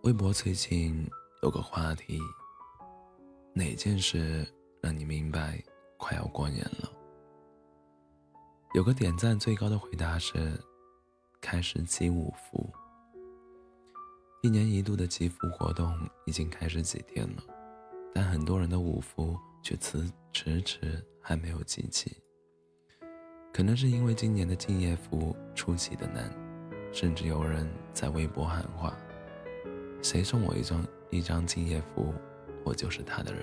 微博最近有个话题，哪件事让你明白快要过年了？有个点赞最高的回答是开始集五福。一年一度的集福活动已经开始几天了，但很多人的五福却迟迟还没有集齐。可能是因为今年的敬业福出奇的难，甚至有人在微博喊话，谁送我一张敬业福，我就是他的人。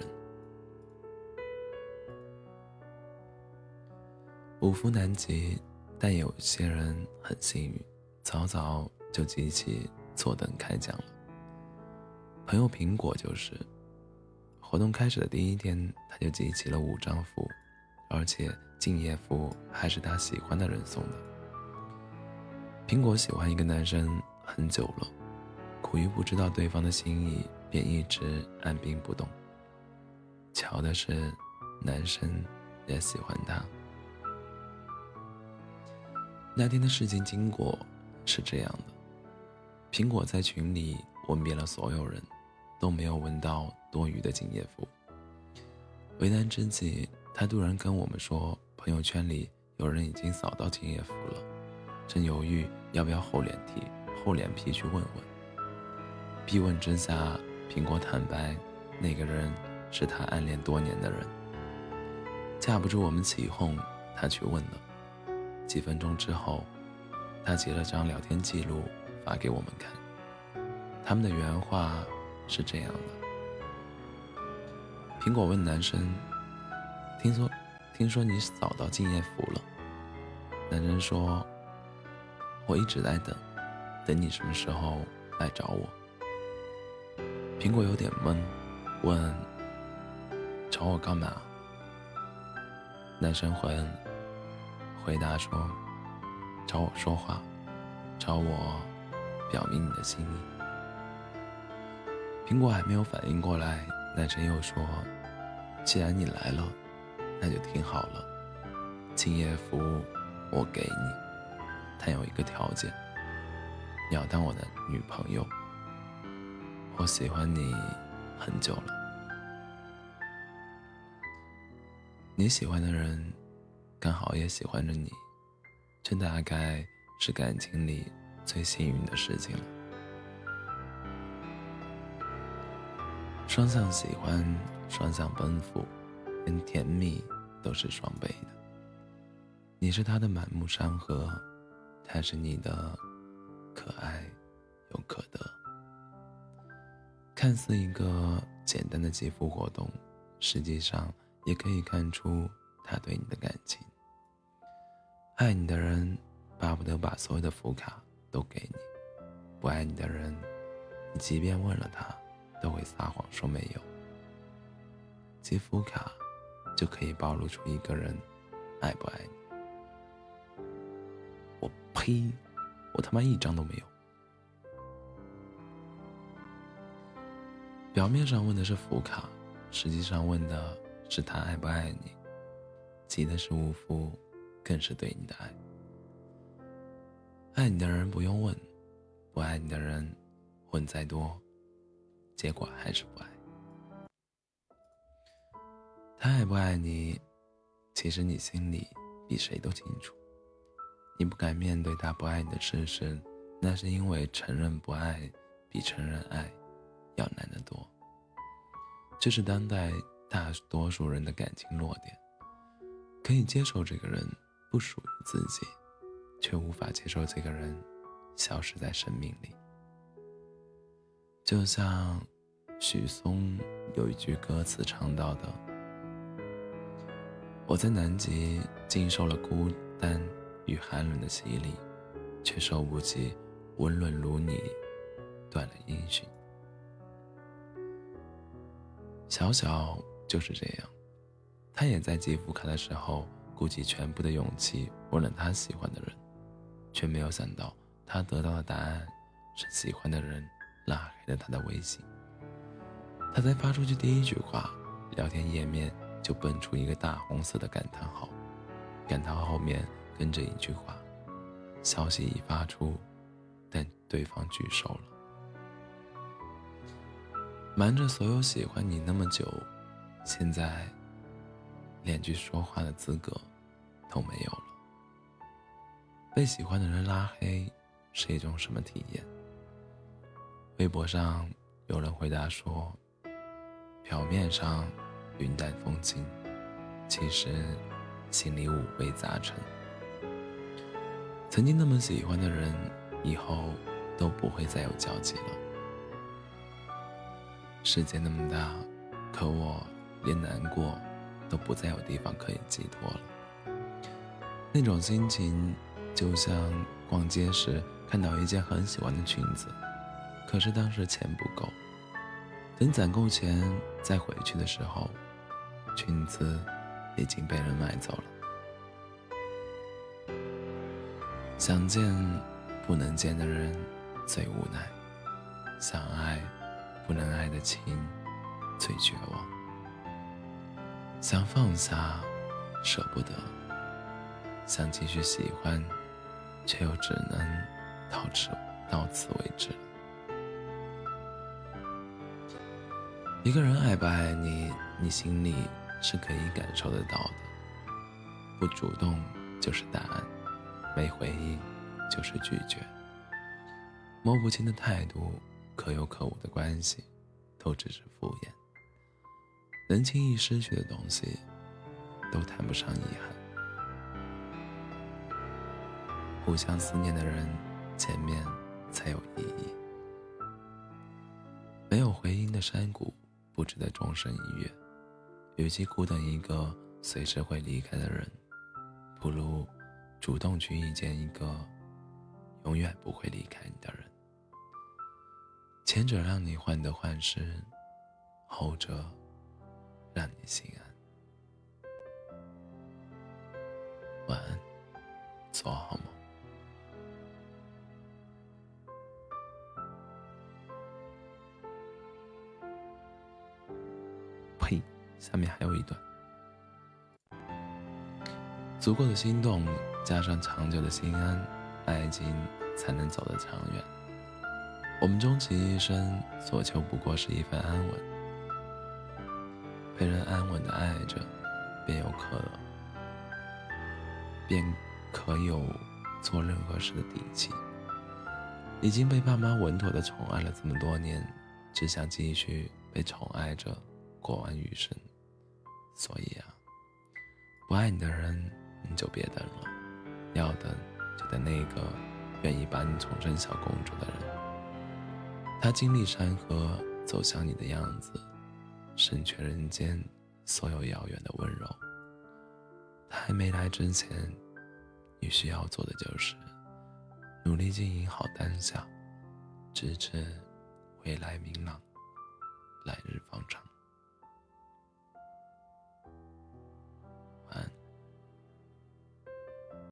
五福难集，但有些人很幸运，早早就集齐坐等开奖了。朋友苹果就是，活动开始的第一天，他就集齐了5张福，而且敬业福还是他喜欢的人送的。苹果喜欢一个男生很久了，苦于不知道对方的心意，便一直按兵不动。巧的是，男生也喜欢他。那天的事情经过是这样的，苹果在群里问遍了所有人，都没有问到多余的敬业福。为难之际，他突然跟我们说，朋友圈里有人已经扫到敬业福了，正犹豫要不要厚脸皮去问问。逼问之下，苹果坦白，那个人是他暗恋多年的人。架不住我们起哄，他去问了。几分钟之后，他截了张聊天记录发给我们看。他们的原话是这样的：苹果问男生，听说你扫到敬业福了。男生说，我一直在等你什么时候来找我。苹果有点懵，问，找我干嘛？男生回答说，找我说话，找我表明你的心意。苹果还没有反应过来，男生又说，既然你来了，那就听好了，敬业福我给你，但有一个条件，你要当我的女朋友，我喜欢你很久了。你喜欢的人刚好也喜欢着你，这大概是感情里最幸运的事情了。双向喜欢，双向奔赴，连甜蜜都是双倍的。你是他的满目山河，他是你的可爱又可得。看似一个简单的集福活动，实际上也可以看出他对你的感情。爱你的人巴不得把所有的福卡都给你，不爱你的人，你即便问了他，都会撒谎说没有。集福卡就可以暴露出一个人爱不爱你。我呸，我他妈一张都没有。表面上问的是福卡，实际上问的是他爱不爱你，集的是五福，更是对你的爱。爱你的人不用问，不爱你的人问再多，结果还是不爱。他爱不爱你，其实你心里比谁都清楚。你不敢面对他不爱你的事实，那是因为承认不爱比承认爱要难得多。这是当代大多数人的感情弱点，可以接受这个人不属于自己，却无法接受这个人消失在生命里。就像许嵩有一句歌词唱到的，我在南极经受了孤单与寒冷的洗礼，却受不起温润如你断了音讯。小小就是这样，他也在集福卡的时候鼓起全部的勇气问了他喜欢的人，却没有想到他得到的答案是喜欢的人拉黑了他的微信。他才发出去第一句话，聊天页面就蹦出一个大红色的感叹号，感叹号后面跟着一句话，消息已发出，但对方拒收了。 瞒着所有喜欢你那么久，现在连句说话的资格都没有了。被喜欢的人拉黑是一种什么体验？微博上有人回答说，表面上云淡风轻，其实心里五味杂陈。曾经那么喜欢的人，以后都不会再有交集了。世界那么大，可我连难过都不再有地方可以寄托了。那种心情就像逛街时看到一件很喜欢的裙子，可是当时钱不够，等攒够钱再回去的时候，裙子已经被人买走了。想见不能见的人最无奈，想爱不能爱的情最绝望。想放下舍不得，想继续喜欢却又只能到此为止。一个人爱不爱你，你心里是可以感受得到的。不主动就是答案，没回应就是拒绝。摸不清的态度，可有可无的关系，都只是敷衍。能轻易失去的东西，都谈不上遗憾。互相思念的人，见面才有意义。没有回音的山谷，不值得终身一跃。与其苦等一个随时会离开的人，不如主动去遇见一个永远不会离开你的人。前者让你患得患失，后者让你心安。晚安，做好梦。呸，下面还有一段。足够的心动加上长久的心安，爱情才能走得长远。我们终其一生所求不过是一份安稳，被人安稳地爱着，便可有做任何事的底气。已经被爸妈稳妥地宠爱了这么多年，只想继续被宠爱着过完余生。所以啊，不爱你的人你就别等了，要等就等那个愿意把你宠成小公主的人。他经历山河，走向你的样子，胜却人间所有遥远的温柔。他还没来之前，你需要做的就是努力经营好当下，直至未来明朗。